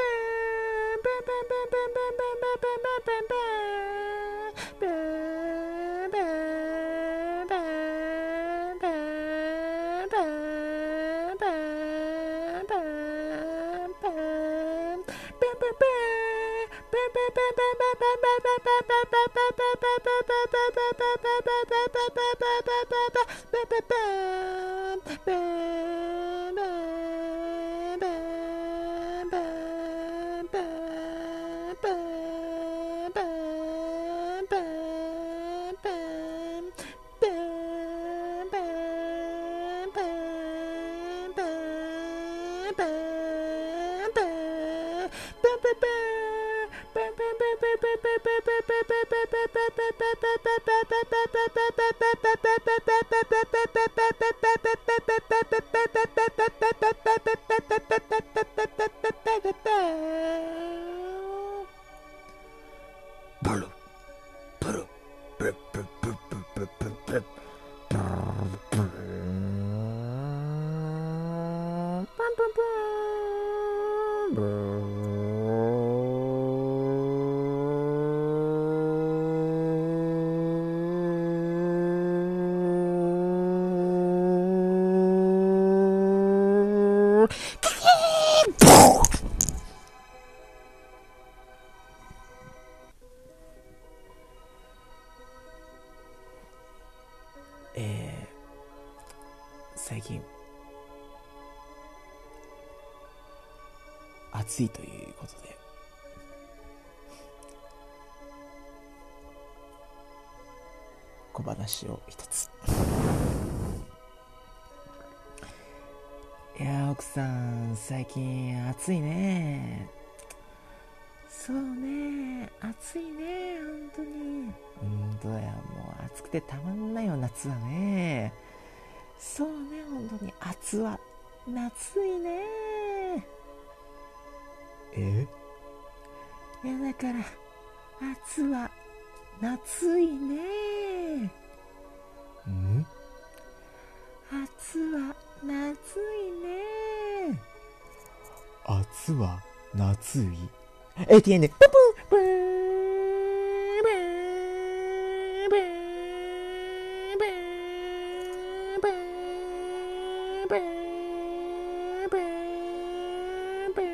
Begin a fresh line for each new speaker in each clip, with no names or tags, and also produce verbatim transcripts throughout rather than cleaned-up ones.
えー、最近暑いということで小話を一つ。いやー奥さん最近暑いね。そうね、暑いね、本当に。本当だよ、もう暑くてたまんないよ、夏はね。そうね、本当に暑は夏いね。えいやだから暑は夏いね。ん暑は夏いね。暑は夏いエーティーエヌ プププーブーブーブーブーブーブーブ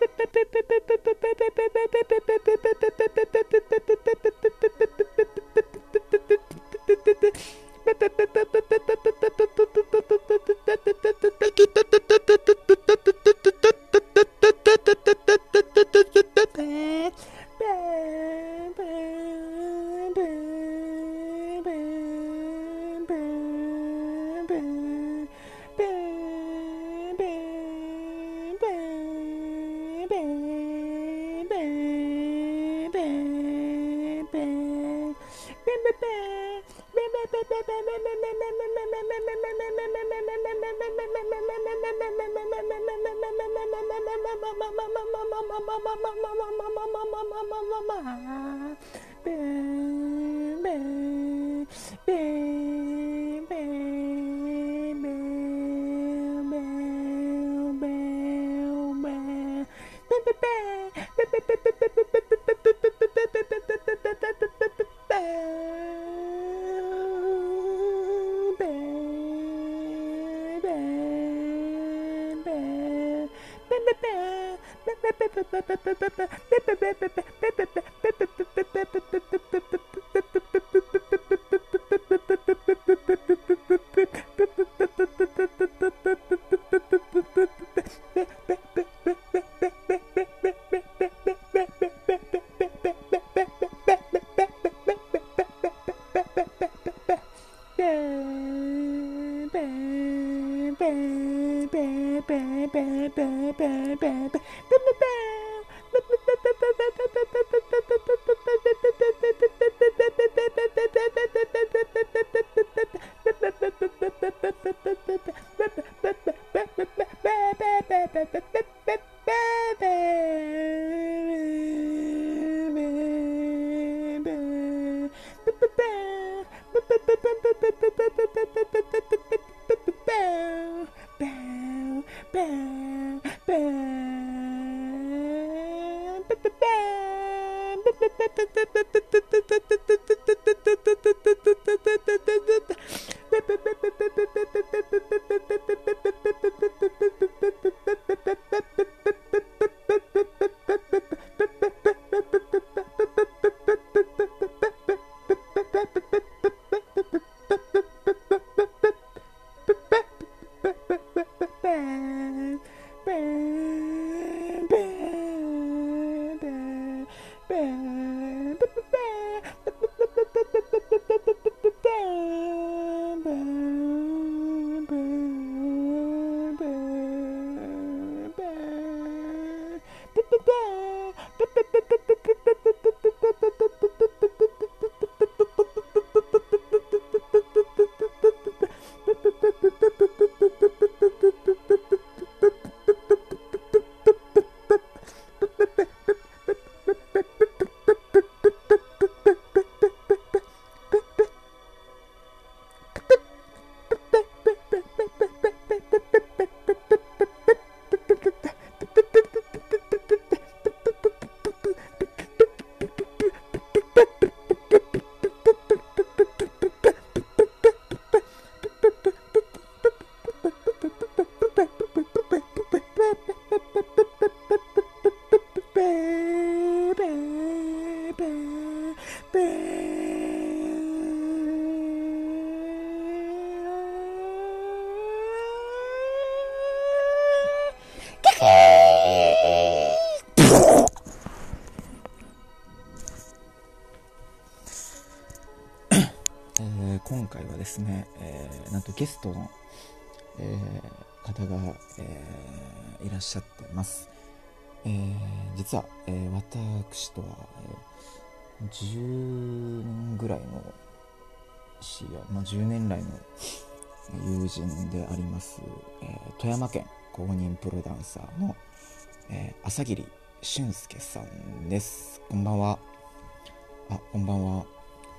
今回はですね、えー、なんとゲストの、えー、方が、えー、いらっしゃってます。えー、実は、えー、私とは、えー、じゅうねんぐらいの知り合い、まあ、じゅうねん来の友人であります、えー、富山県公認プロダンサーの、えー、朝霧俊介さんです。こんばんは。あ、こんばんは。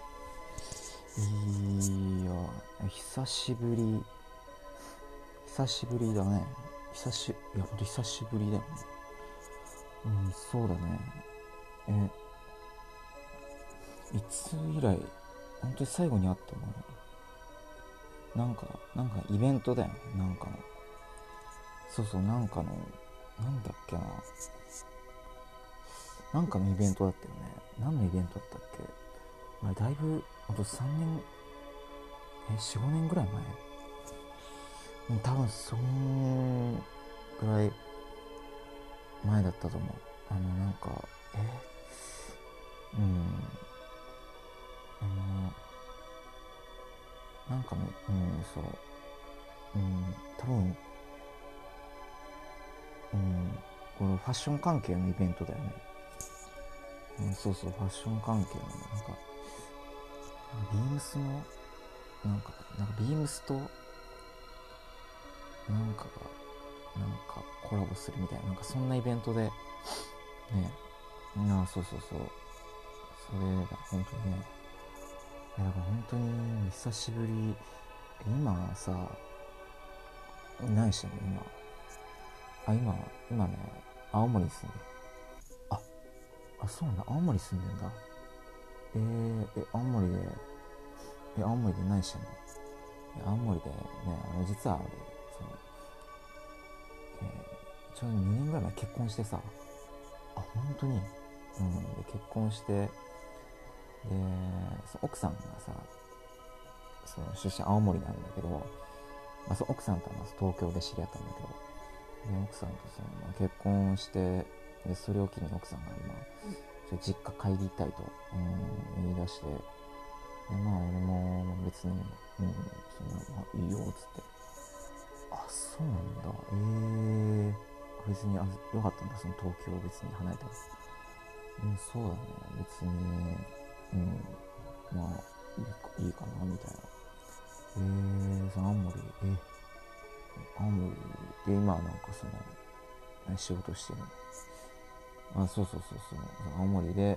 いや、久しぶり久しぶりだね。久しいやほんと久しぶりだよね。うん、そうだね。えいつ以来、本当に最後に会ったのなんかなんかイベントだよね。なんかのそうそうなんかのなんだっけな、 なんかのイベントだったよね。何のイベントだったっけ。まあ、だいぶあとさんねん、えよん、ごねんぐらい前、多分そんぐらい前だったと思う。あのなんかえうんあのなんかね、うんそううん多分うんこのファッション関係のイベントだよね。うん、そうそう、ファッション関係のなんかビームスのなんかなんかビームスとなんかがなんかコラボするみたいな、なんかそんなイベントでね。ああそうそうそう、それだ本当にね。いやだから本当に久しぶり。今さ何してんの今。あ今今ね青森に住んでる。ああそうなんだ、青森住んでんだ。えー、え青森でえ青森で何してんの。青森でね、あの実は俺その、えー、ちょうどにねんぐらい前結婚してさ。あ本当に。うんで結婚して、でその奥さんがさその出身青森なんだけど、まあ、その奥さんとはまず東京で知り合ったんだけど、で奥さんとその、まあ、結婚して、でそれを機に奥さんが、まあ、実家帰りたいと、うん、言い出して、でまあ俺も別に、うん、そのまあ、いいよっつって。あそうなんだ。えー、別にあよかったんだ、その東京を別に離れても。うんそうだね、別にうんまあいいかいいかなみたいな。えー、その青森えー青森で今はなんかその仕事してるの。あそうそうそうそう、青森で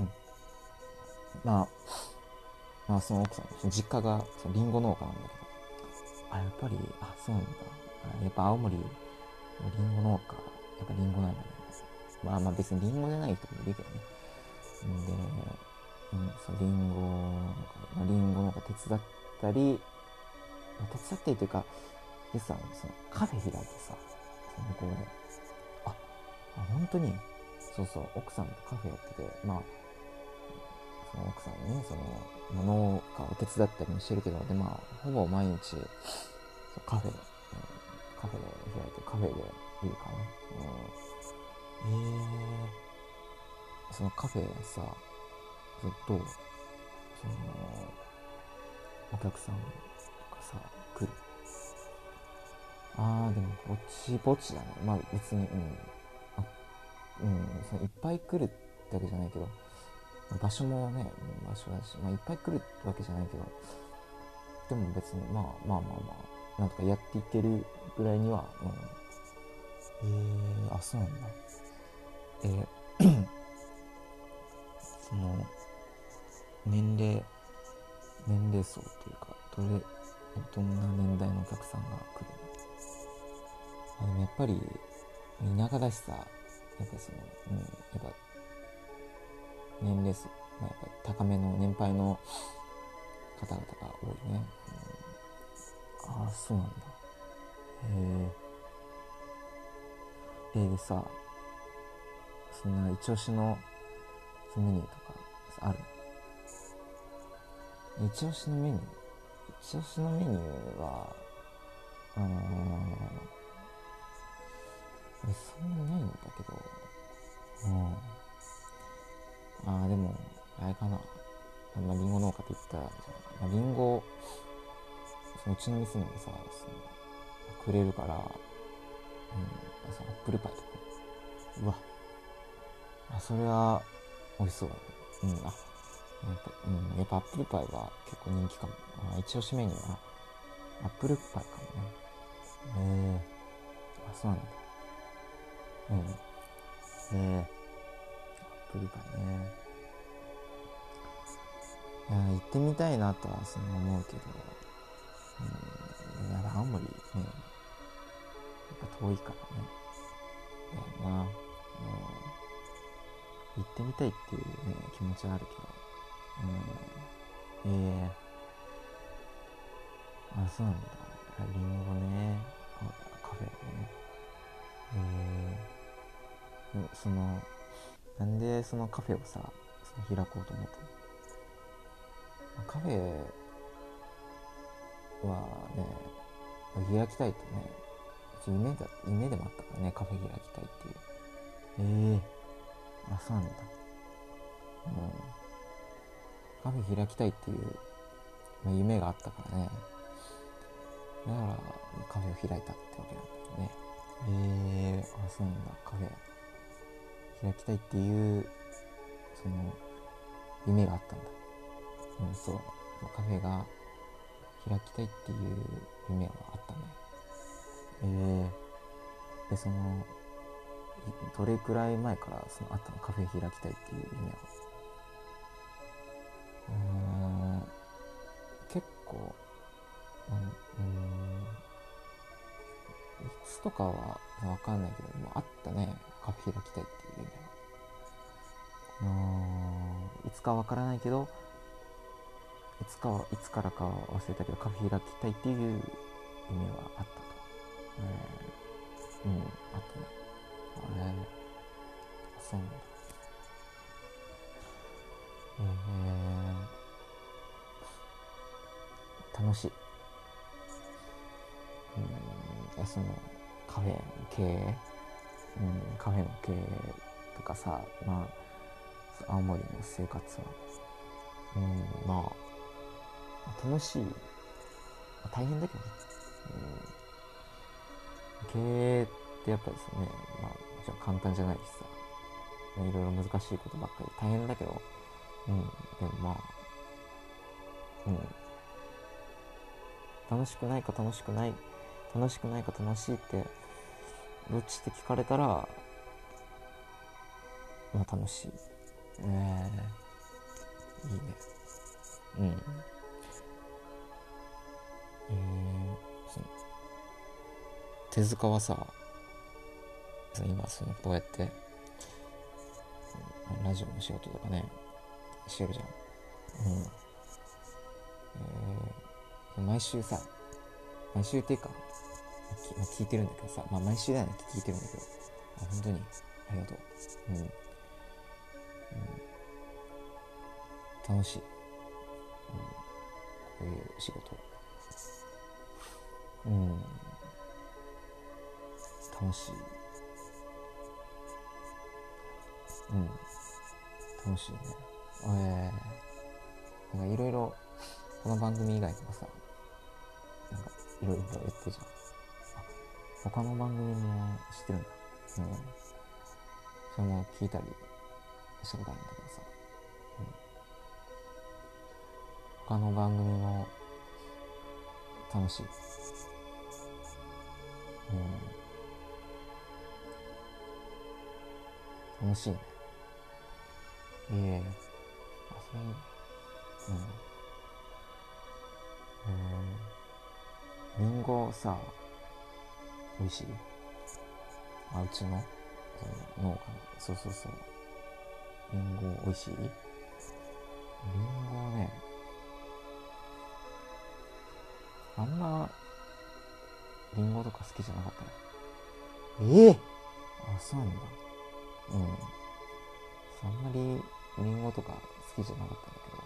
まあまあその奥さんその実家がそのリンゴ農家なんだけど、あやっぱりあそうなんだ。あやっぱ青森リンゴ農家やっぱリンゴなんだね。まあまあ別にリンゴじゃない人もいるけどね。で、うん、そうリンゴまあ、リンゴ農家手伝ったり手伝ったりというかでさそのカフェ開いてさその向こうでああ本当にそうそう奥さんとカフェやってて、まあその奥さんねその農家を手伝ったりもしてるけど、でまあほぼ毎日カフェ、うん、カフェで開いてカフェでいるかな。うん、えー、そのカフェさずっとそのお客さんとかさ来る。あーでもぼちぼちだね。まあ別にうんあうんそのいっぱい来るってわけじゃないけど、場所もね場所だし、まあ、いっぱい来るってわけじゃないけど、でも別にまあまあまあまあなんとかやっていけるぐらいには、うん、えー、あそうなんだ。えー、その年齢年齢層というかどれどんな年代のお客さんが来るの。あでもやっぱり田舎だしさ、やっぱその、うん、やっぱ年齢層、まあ、やっぱ高めの年配の方々が多いね。うん、ああそうなんだ。へえー、でさそんな一押しのメニューとかある。一押しのメニュー一押しのメニューはあのー、そんなないんだけど、うん、あーでもあれかな、まあ、リンゴ農家って言ったら、まあ、リンゴそのうちの店にもさそのくれるから、うん、そのアップルパイとか、うわあそれは美味しそうだね。うんあやっぱ、うん、やっぱアップルパイは結構人気かも。あ一押しメニューはアップルパイかもね。へえー、あそうなんだ。うんへえー、アップルパイね。いや行ってみたいなとはその思うけど、うん、やっぱ青森ねやっぱ遠いからね。だよな、うん、行ってみたいっていう、ね、気持ちはあるけど、うん、えー、あそうなんだ。リンゴね、カフェね。えー、そのなんでそのカフェをさその開こうと思ったの？カフェはね開きたいとね夢だ夢でもあったからね、カフェ開きたいっていう。ええー、あそうなんだ。うん、カフェ開きたいっていう、まあ、夢があったからね。だからカフェを開いたってわけなんだけどね。えー、あそうなんだ。カフェ開きたいっていうその夢があったんだ。うん、そう、カフェが開きたいっていう夢はあったね。えー、でそのどれくらい前からそのあったの？カフェ開きたいっていう夢は。うーん結構うん、いつとかは分かんないけどもあったね、カフェ開きたいっていう夢は。うーんいつか分からないけどいつかはいつからかは忘れたけどカフェ開きたいっていう夢はあったと。えー、うんあったね。あれそうなんだ。えー、楽しい。うんそのカフェの経営、うん、カフェの経営とかさ、まあ青森の生活は、うん、まあ楽しい、大変だけどね、うん、経営ってやっぱりですね、まあもちろん簡単じゃないしさ、いろいろ難しいことばっかり大変だけど、うん、でもまあ、うん、楽しくないか楽しくない楽しくないか楽しいってどっちって聞かれたらまあ楽しい。えー、いいね。うん。えー、その手塚はさ、今そのこうやってラジオの仕事とかねしてるじゃん。うん。えー、毎週さ、毎週っていうか、まあ、聞いてるんだけどさ、まあ毎週だよね聞いてるんだけど、あ本当にありがとう。うん。うん、楽しい。うん、こういう仕事。うん。楽しい。うん。楽しいね。えー、なんかいろいろこの番組以外でもさ、なんかいろいろ言ってるじゃん。他の番組も知ってるんだ。うん。それも聞いたりしたことあるんだけどさ、うん、他の番組も楽しい。うん。楽しいね。ええー、あ、それ、うん。えー、リンゴさ、美味しい？あ、うちの、その農家の、そうそうそう。リンゴ美味しい？リンゴね、あんまリンゴとか好きじゃなかったね。ええー、あ、そうなんだ。うん。あんまりリンゴとか好きじゃなかったんだ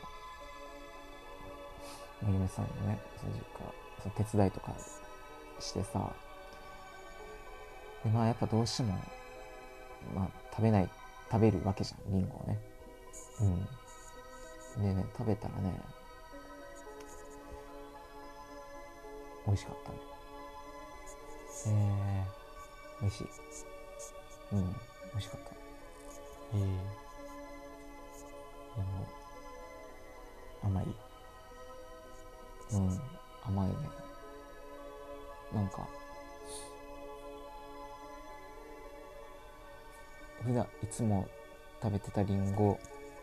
けど、めぐみさんのね、その実家、その手伝いとかしてさ、でまあやっぱどうしても、まあ食べない、食べるわけじゃん、リンゴをね。うん。でね、食べたらね、美味しかったね。えー、美味しい。うん、美味しかった。えー、でも、甘い。うん、甘いね。なんか、普段いつも食べてたリンゴ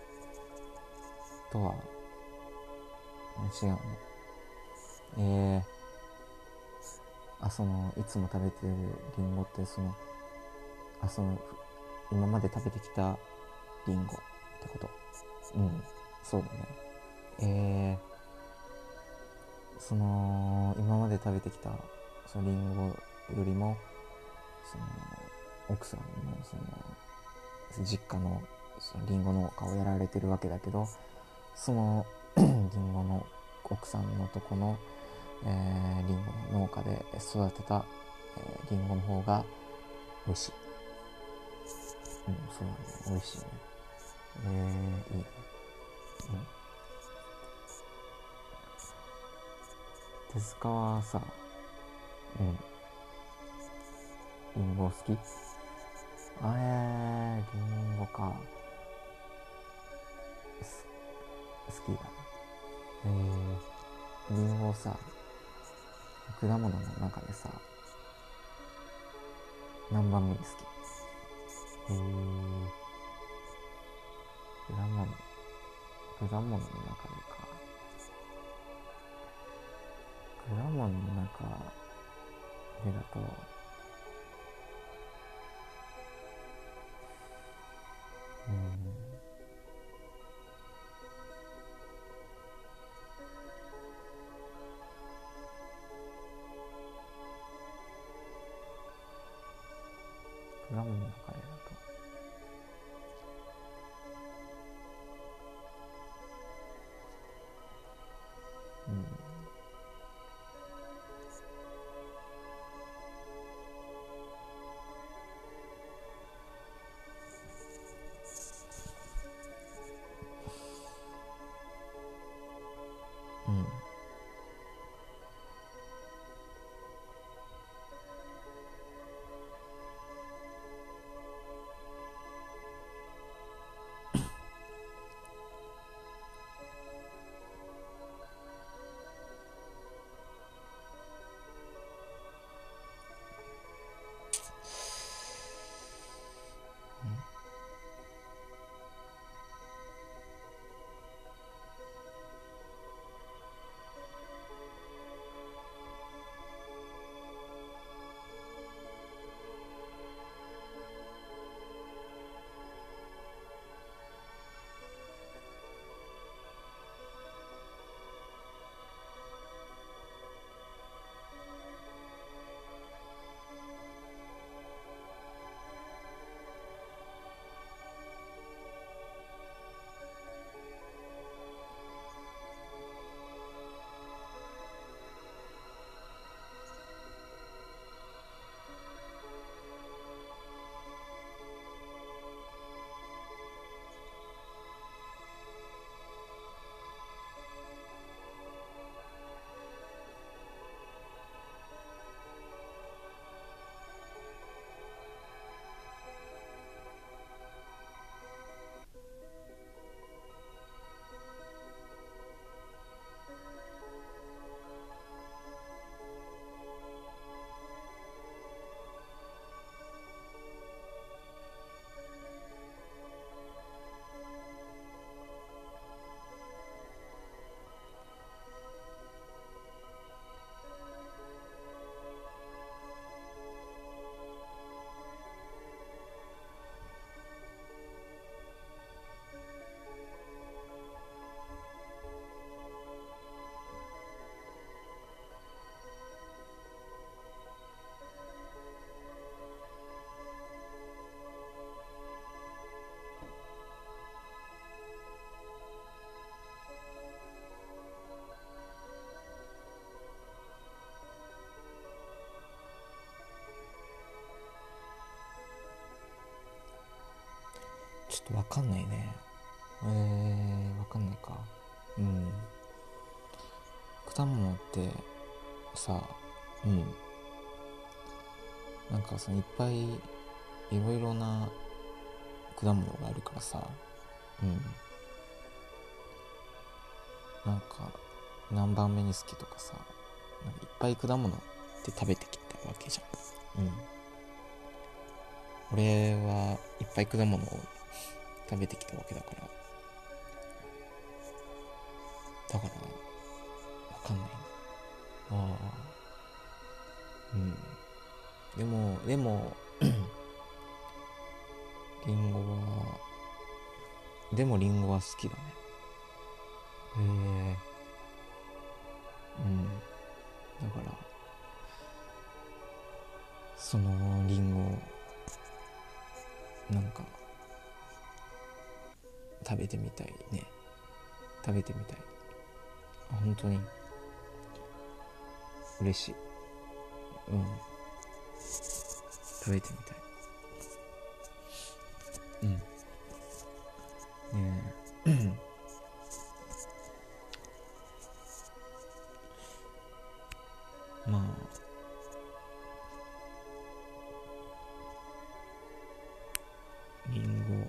とは違うね。えー、あそのいつも食べてるリンゴってそのあその今まで食べてきたリンゴってこと？うん、そうだね。えー、その今まで食べてきたそのリンゴよりもその奥さんのその実家のそのリンゴ農家をやられてるわけだけど、そのリンゴの奥さんのとこの、えー、リンゴの農家で育てた、えー、リンゴの方が美味しい。うん、そうだね、美味しいね。えー、いいね。うん。手塚はさ、うん、リンゴ好き？あえー、リンゴか。好きだね。えー、リンゴさ、果物の中でさ、何番目に好き？えー、果物、果物の中でか。果物の中でだと、うん、果物の中でだと、うん、うん、ちょっとわかんないね。えー、わかんないか。うん。果物ってさ、うん、なんかそのいっぱいいろいろな果物があるからさ、うん、なんか何番目に好きとかさ、なんかいっぱい果物って食べてきたわけじゃん。うん。俺はいっぱい果物を食べてきたわけだから、だからわかんないね。ああ、うん。でもでもリンゴはでもリンゴは好きだね。へえ。うん。だからそのリンゴなんか食べてみたいね。食べてみたい。あ、本当に嬉しい。うん。食べてみたい。うんねえまあリンゴ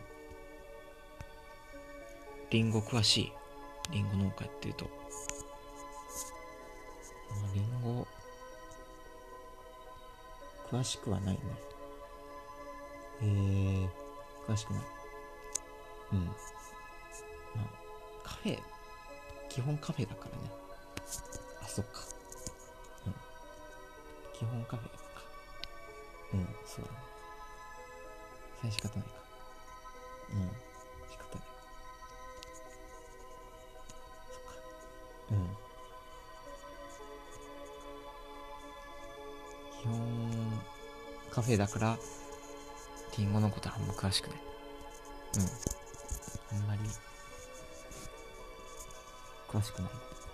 リンゴ詳しい。リンゴ農家っていうと、まあ、リンゴ詳しくはないね。えー、詳しくない。うん。まあカフェ、基本カフェだからね。あ、そっか。うん。基本カフェか。うん、そうだね。それは仕方ないか。うん、仕方ない。そっか。うん。基本カフェだからリンゴのことはあんま詳しくない。うん。あんまり詳しくない。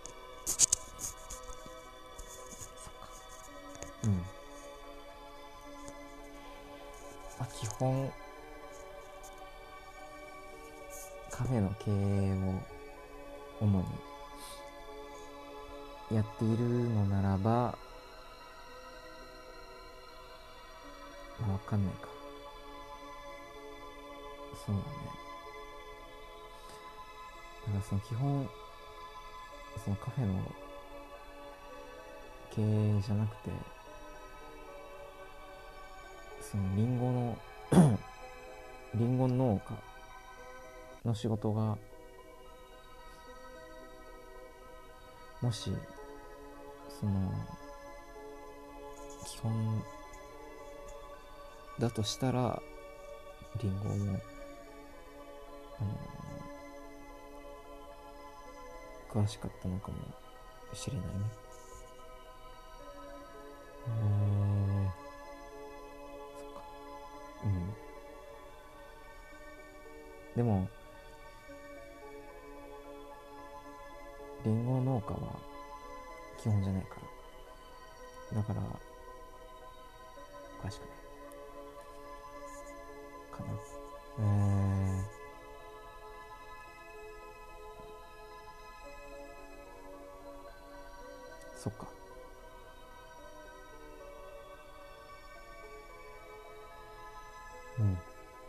そっか。うん。まあ基本カフェの経営を主にやっているのならば、まあわかんないか。そうだね。だからその基本そのカフェの経営じゃなくて、そのリンゴのリンゴ農家の仕事がもしその基本だとしたら、リンゴもあの詳しかったのかもしれないね。へえ、そっか。うん。でもリンゴ農家は基本じゃないから、だから詳しくないかな。えー、そっか。うん。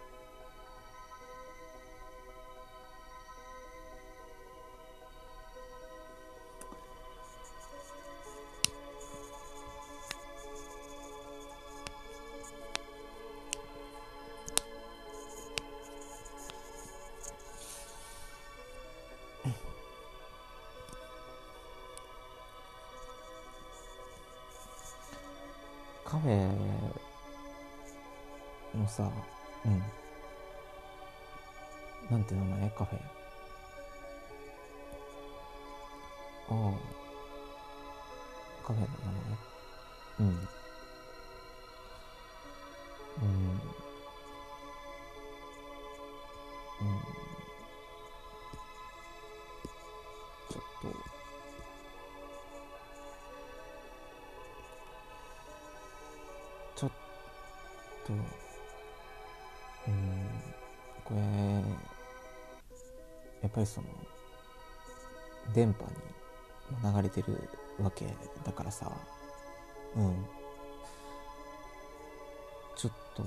カフェのさ、うん、なんて名前？カフェ。ああ、カフェの名前。うん。うん。うん。ちょっと、ちょっと、うん、これ、やっぱりその、電波に流れてるわけだからさ、うん。ちょっと、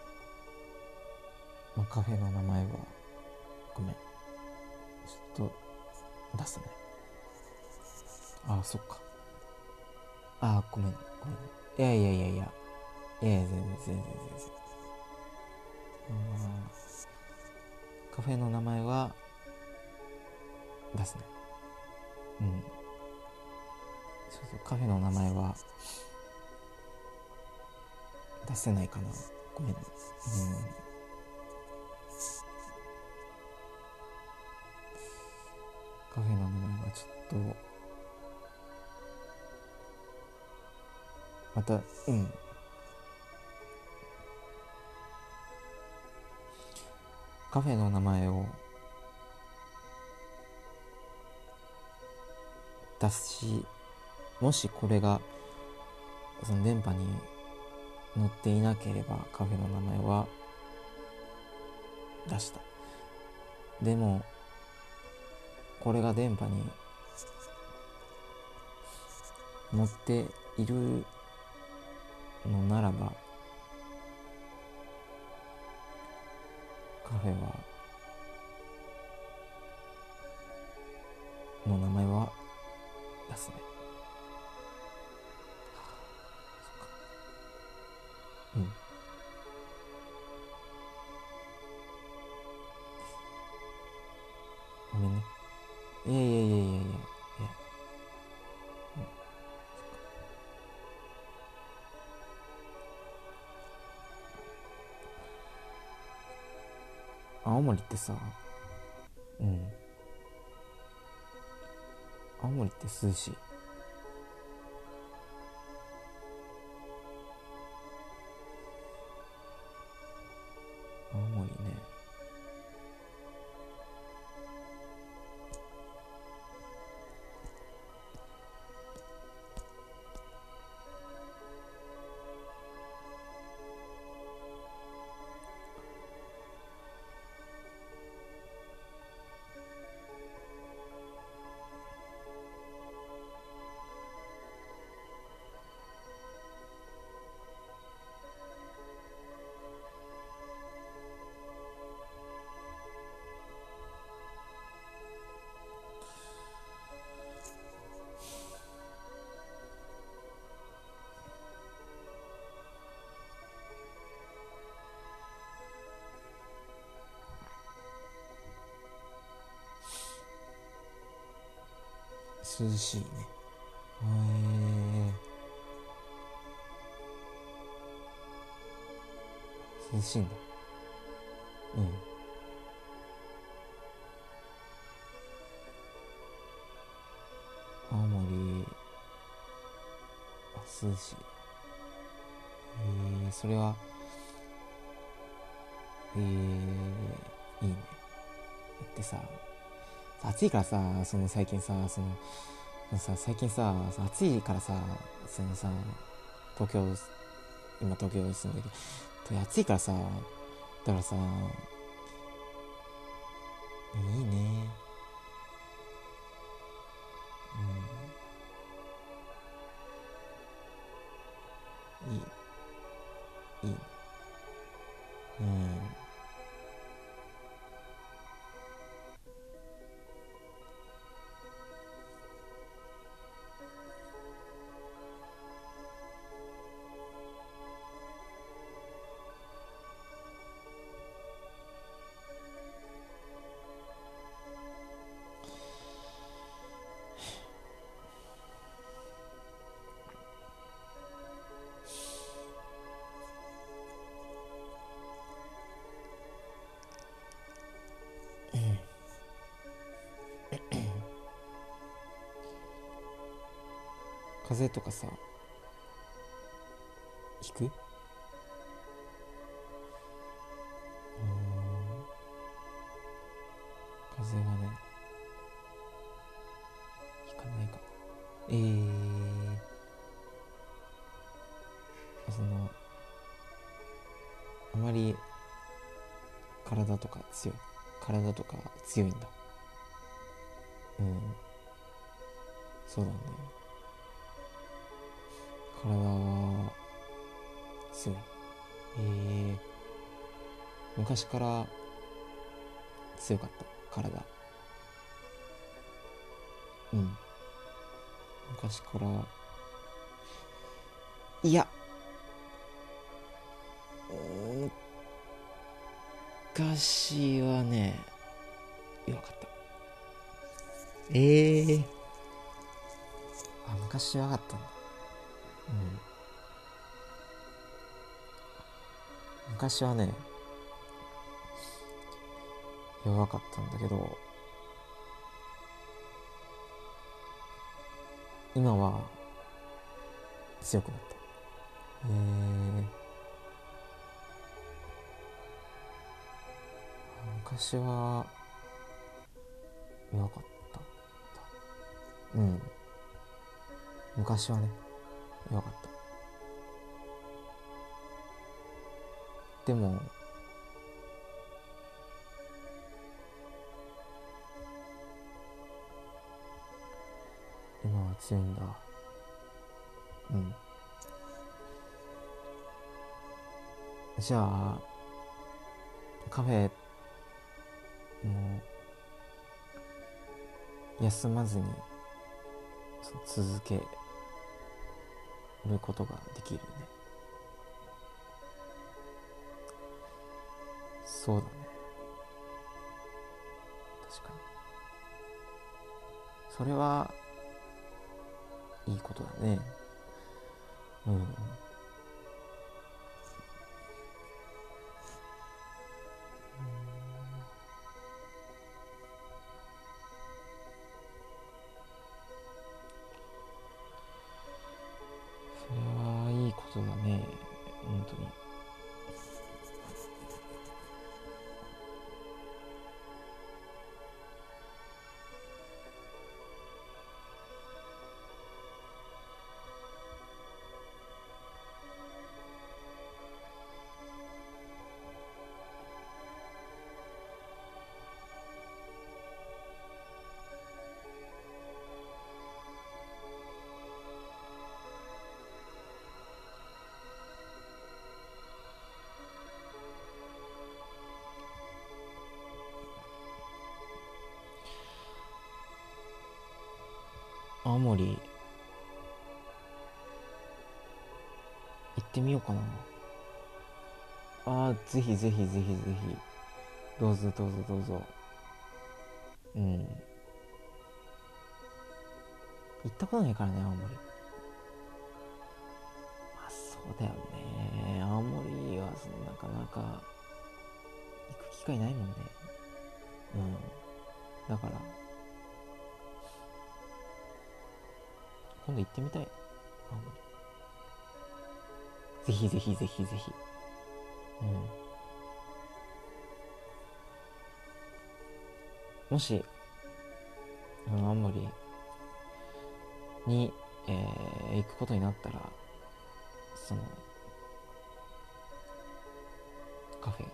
まあ、カフェの名前は、ごめん。ちょっと、出すね。ああ、そっか。ああ、ごめん、ごめん。いやいやいやいや。いやいや、全然、全然、全然。カフェの名前は、出すね。うん。そうそう、カフェの名前は、出せないかな。ごめん。うん。カフェの名前はちょっと、また、うん。カフェの名前を出し、もしこれがその電波に載っていなければカフェの名前は出した。でもこれが電波に載っているのならば、カフェはの名前は出すね。うん。ごめんね。いやいやいやいやいやいや。うん、青森ってさ、うん。青森って涼しい。青森ね。涼しいね。へえ。涼しいんだ。うん。青森、あ、涼しい。へえ、それは、えー、いいね。だってさ、暑いからさ、その最近さ、その、さ最近さ、暑いからさ、そのさ、東京、今東京住んでるけど、暑いからさ、だからさ、いいね。うん、いい、いいね。うん。風邪とかさ、ひく？うーん、風邪はね、ひかないかな。えー、その、あまり体とか強い。体とか強いんだ。うん、そうだね。体は強い。えー、昔から強かった。体。うん。昔から、いや、昔はね、弱かった。えー、あ、昔弱かったんだ。うん。昔はね、弱かったんだけど、今は強くなった。えー、昔は弱かった。うん。 昔はね弱かった。でも今は強いんだ。うん。じゃあカフェも休まずに続けることができるね。そうだね、確かにそれはいいことだね。うん。それはいいことだね、本当に。青森行ってみようかな。ああ、ぜひぜひぜひぜひ、どうぞどうぞどうぞ。うん。行ったことないからね、青森。まあそうだよね、青森はそのなかなか行く機会ないもんね。うん。だから今度行ってみたい、青森。ぜひぜひぜひぜひ。うん。もし、うん、青森に、えー、行くことになったら、そのカフェ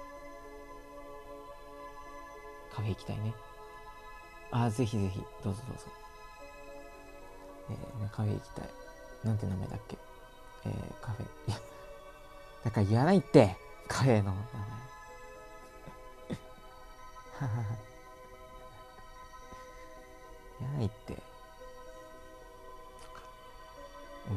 カフェ行きたいね。ああ、ぜひぜひ、どうぞどうぞ。えーね、カフェ行きたい。なんて名前だっけ。えー、カフェ、いやだから言わないって、カフェの名前。言わないって。うん。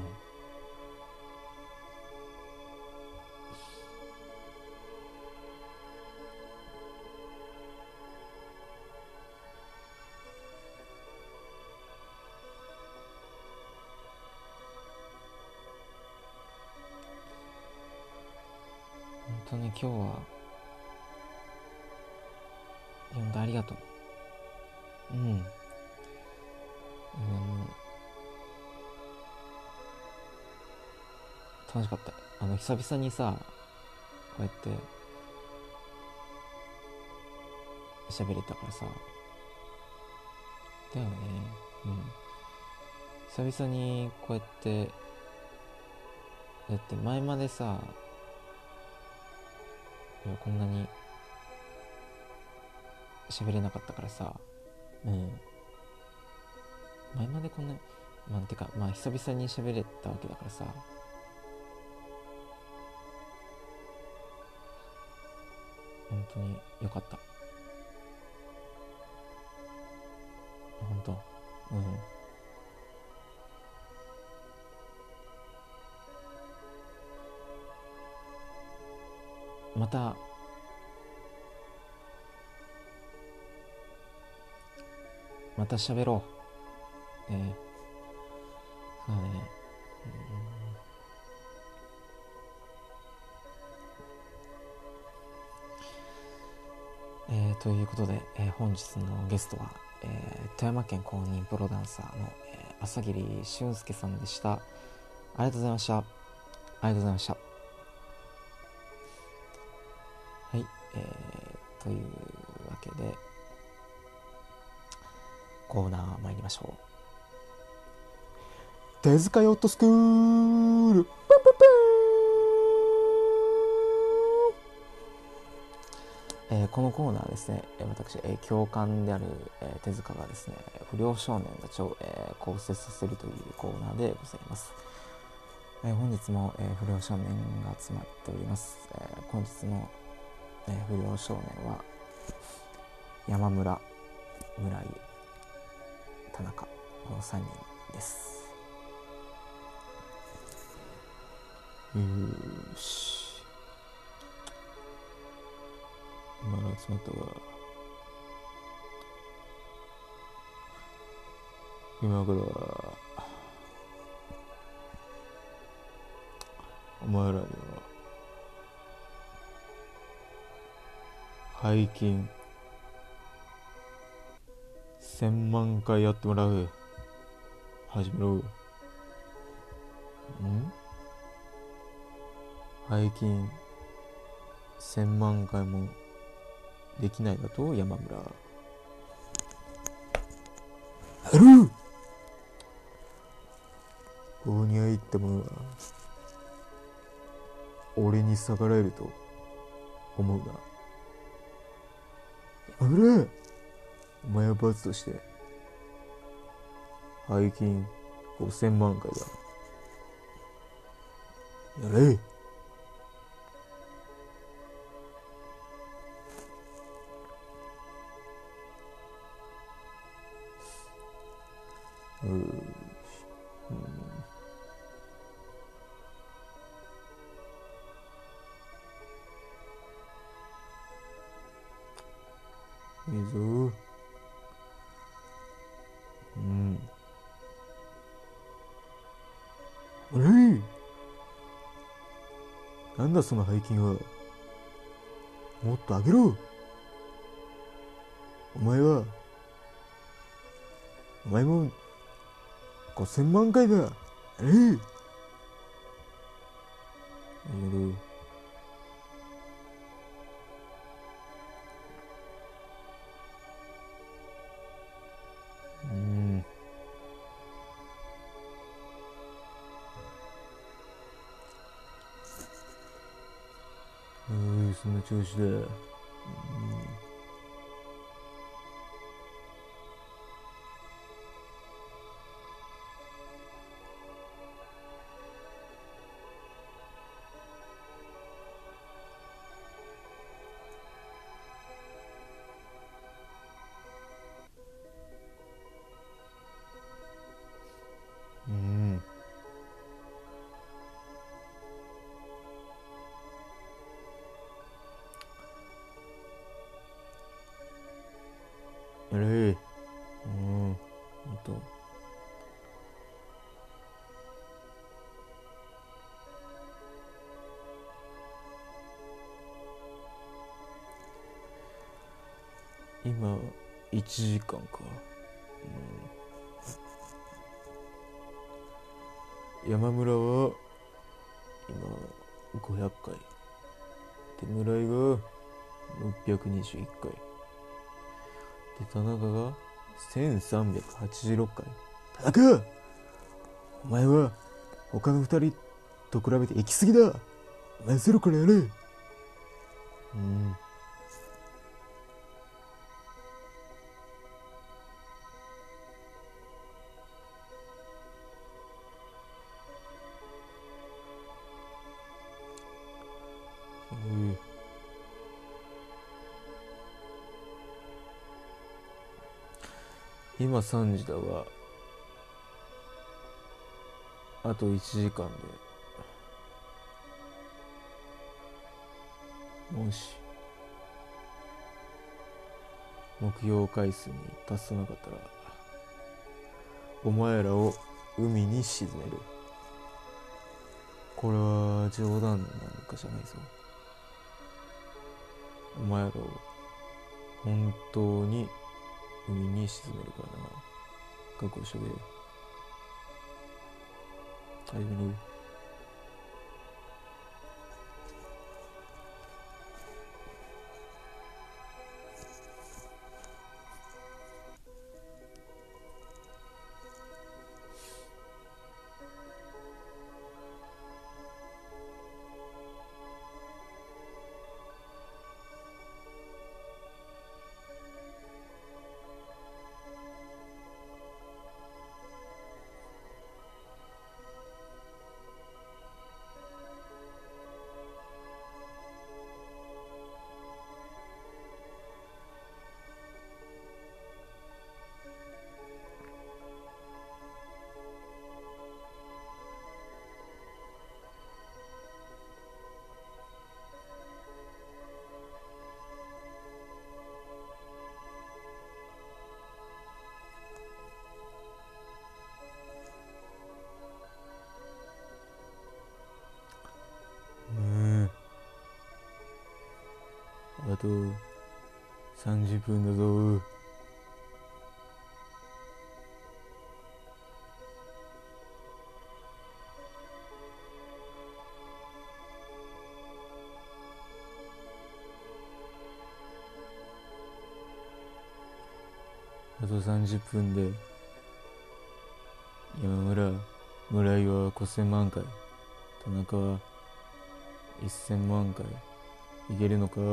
本当に今日は呼んでありがとう。うん。うん、楽しかった。あの久々にさ、こうやって喋れたからさ。だよね。うん。久々にこうやってだって前までさ、いやこんなに喋れなかったからさ。うん。前までこんなに、まあてかまあ久々に喋れたわけだからさ。本当によかった。本当。うん。またまた喋ろう。えー、そうだね。えー、ということで、えー、本日のゲストは、えー、富山県公認プロダンサーの、えー、朝霧俊介さんでした。ありがとうございました。ありがとうございました。はい、えー、というわけでコーナー参りましょ手塚ヨットスクール。えー、このコーナーはですね、私、えー、教官である、えー、手塚がですね、不良少年たちを、えー、更生させるというコーナーでございます。えー、本日も、えー、不良少年が集まっております。えー、本日の、えー、不良少年は山村、村井、田中、このさんにんです。よし、まだ集まったわ。今からお前らには背筋せんまん回やってもらう。始めろ。ん背筋せんまん回もできないだと山村。やる。ここに入ったものは俺に逆らえると思うな。山村、お前は罰として背筋ごせんまん回だ。やれ。うーし、うん、いいぞ。うん。あれ、なんだその背筋は。もっと上げろ。お前はお前もごせんまん回だ。あれ、やる。うん。おい、そんな調子だ。うん。うん。やれ。うん。ほんと。今いちじかんか。うん、山村は今ごひゃっかいで、村井がろっぴゃくにじゅういっかいで、田中がせんさんびゃくはちじゅうろっかい。田中、お前は他のふたりと比べて行き過ぎだ。お前ゼロからやれ。うん。うん、今さんじだが、あといちじかんでもし目標回数に達さなかったらお前らを海に沈める。これは冗談なんかじゃないぞ。お前らを本当に海に沈めるからな。覚悟しとけ。始める。 とさんじゅっぷんだぞ。あとさんじゅっぷんで山村、村井はごせんまん回、田中はせんまん回いけるのか。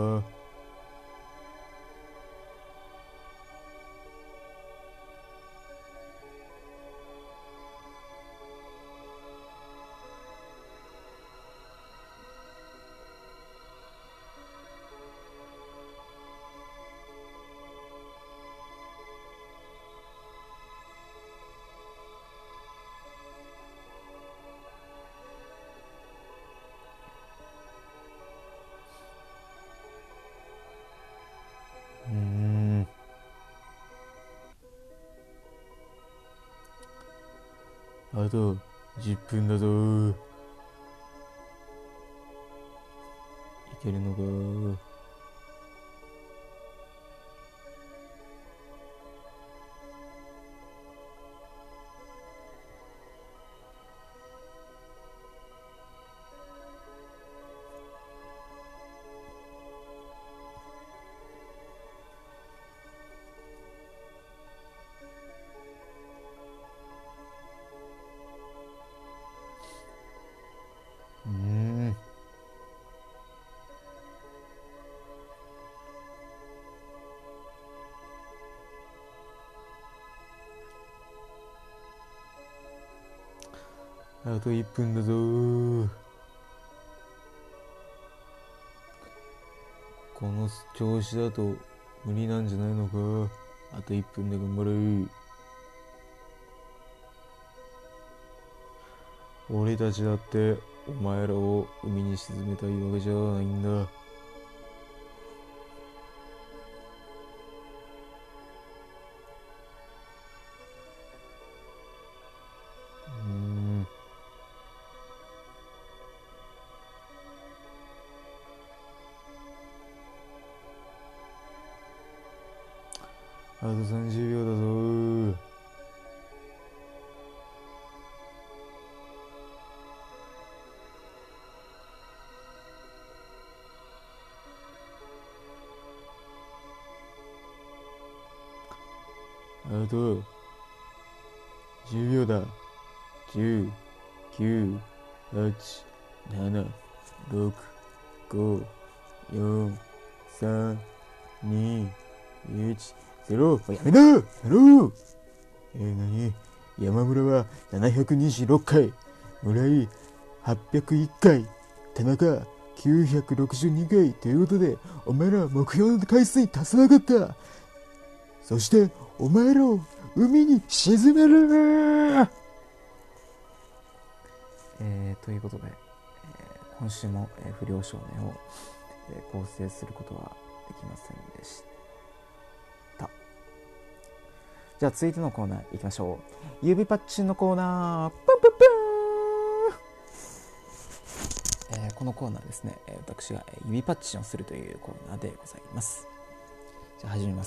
うーんあとじゅっぷんだぞ。いけるのか。うーんあといっぷんだぞ。この調子だと無理なんじゃないのか。あといっぷんで頑張れ。俺たちだってお前らを海に沈めたいわけじゃないんだ。うーんあとさんじゅうびょうだぞ。あとじゅうびょうだ。じゅう、きゅう、はち、なな、ろく、ご、よん、さん、に、いち、ゼロ。やめろやめろ。えー、なに山村はななひゃくにじゅうろっかい、村井はっぴゃくいっかい、田中きゅうひゃくろくじゅうにかいということで、お前らは目標の回数に達さなかった。そしてお前らを海に沈める。えー、ということで、えー、今週も、えー、不良少年を、えー、構成することはできませんでした。じゃあ続いてのコーナー行きましょう。指パッチンのコーナー。プンプンプン、えー、このコーナーですね、私が指パッチンをするというコーナーでございます。じゃあ始めます。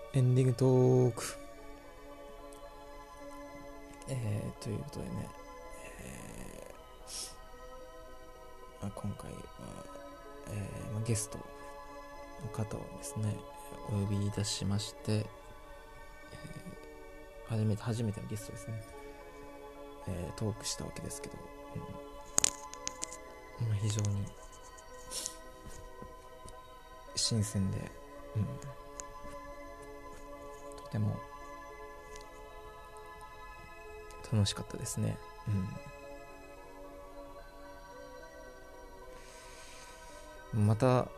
エンディングトーク。えー、ということでね、えーまあ、今回は、えーまあ、ゲストの方をですねお呼びいたしまして、えー、初めて初めてのゲストですね、えー、トークしたわけですけど、うんまあ、非常に新鮮で、うん、とても楽しかったですね。うん、また、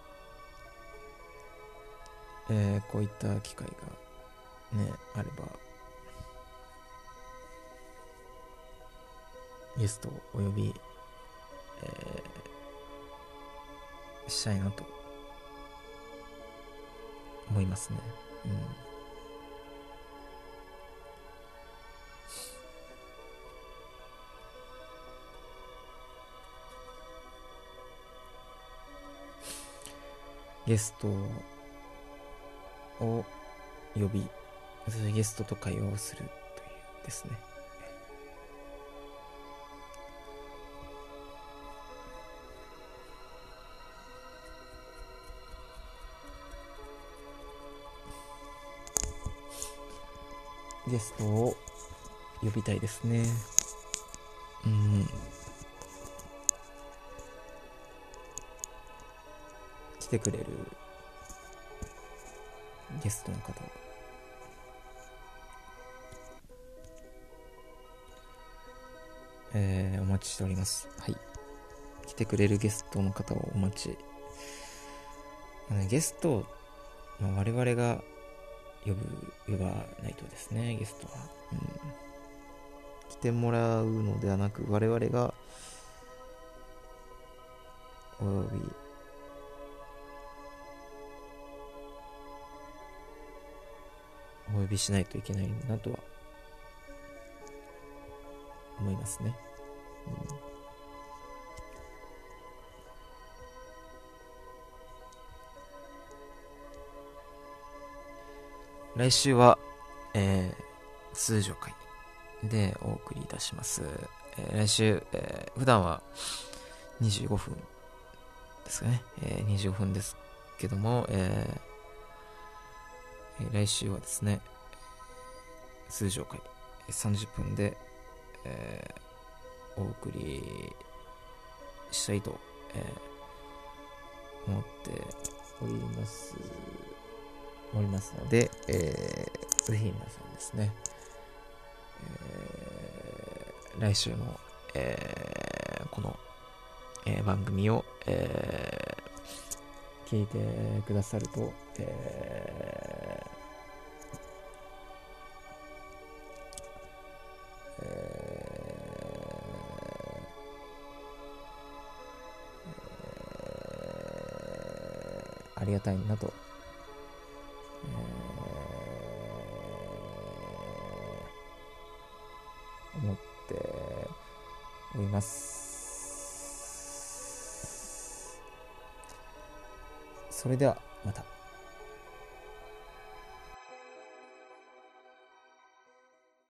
えー、こういった機会がねあればゲストをお呼び、えー、したいなと思いますね。うん、ゲストを呼び、そしてゲストと会話をするというですね。ゲストを呼びたいですね。うん。来てくれるゲストの方、えー、お待ちしております。はい。来てくれるゲストの方をお待ち。ゲスト、まあ、我々が呼ぶ、呼ばないとですね、ゲストは。うん、来てもらうのではなく、我々がお呼び、お呼びしないといけないなとは思いますね。うん、来週は、えー、通常回でお送りいたします。えー、来週、えー、普段はにじゅうごふんですかね、えー、にじゅうごふんですけども、えー、来週はですね通常回さんじゅっぷんで、えー、お送りしたいと、えー、思っておりますおりますので、えー、ぜひ皆さんですね、えー、来週の、えー、この、えー、番組を、えー、聞いてくださると、えーありがたいなと、えー、思っております。それではまた。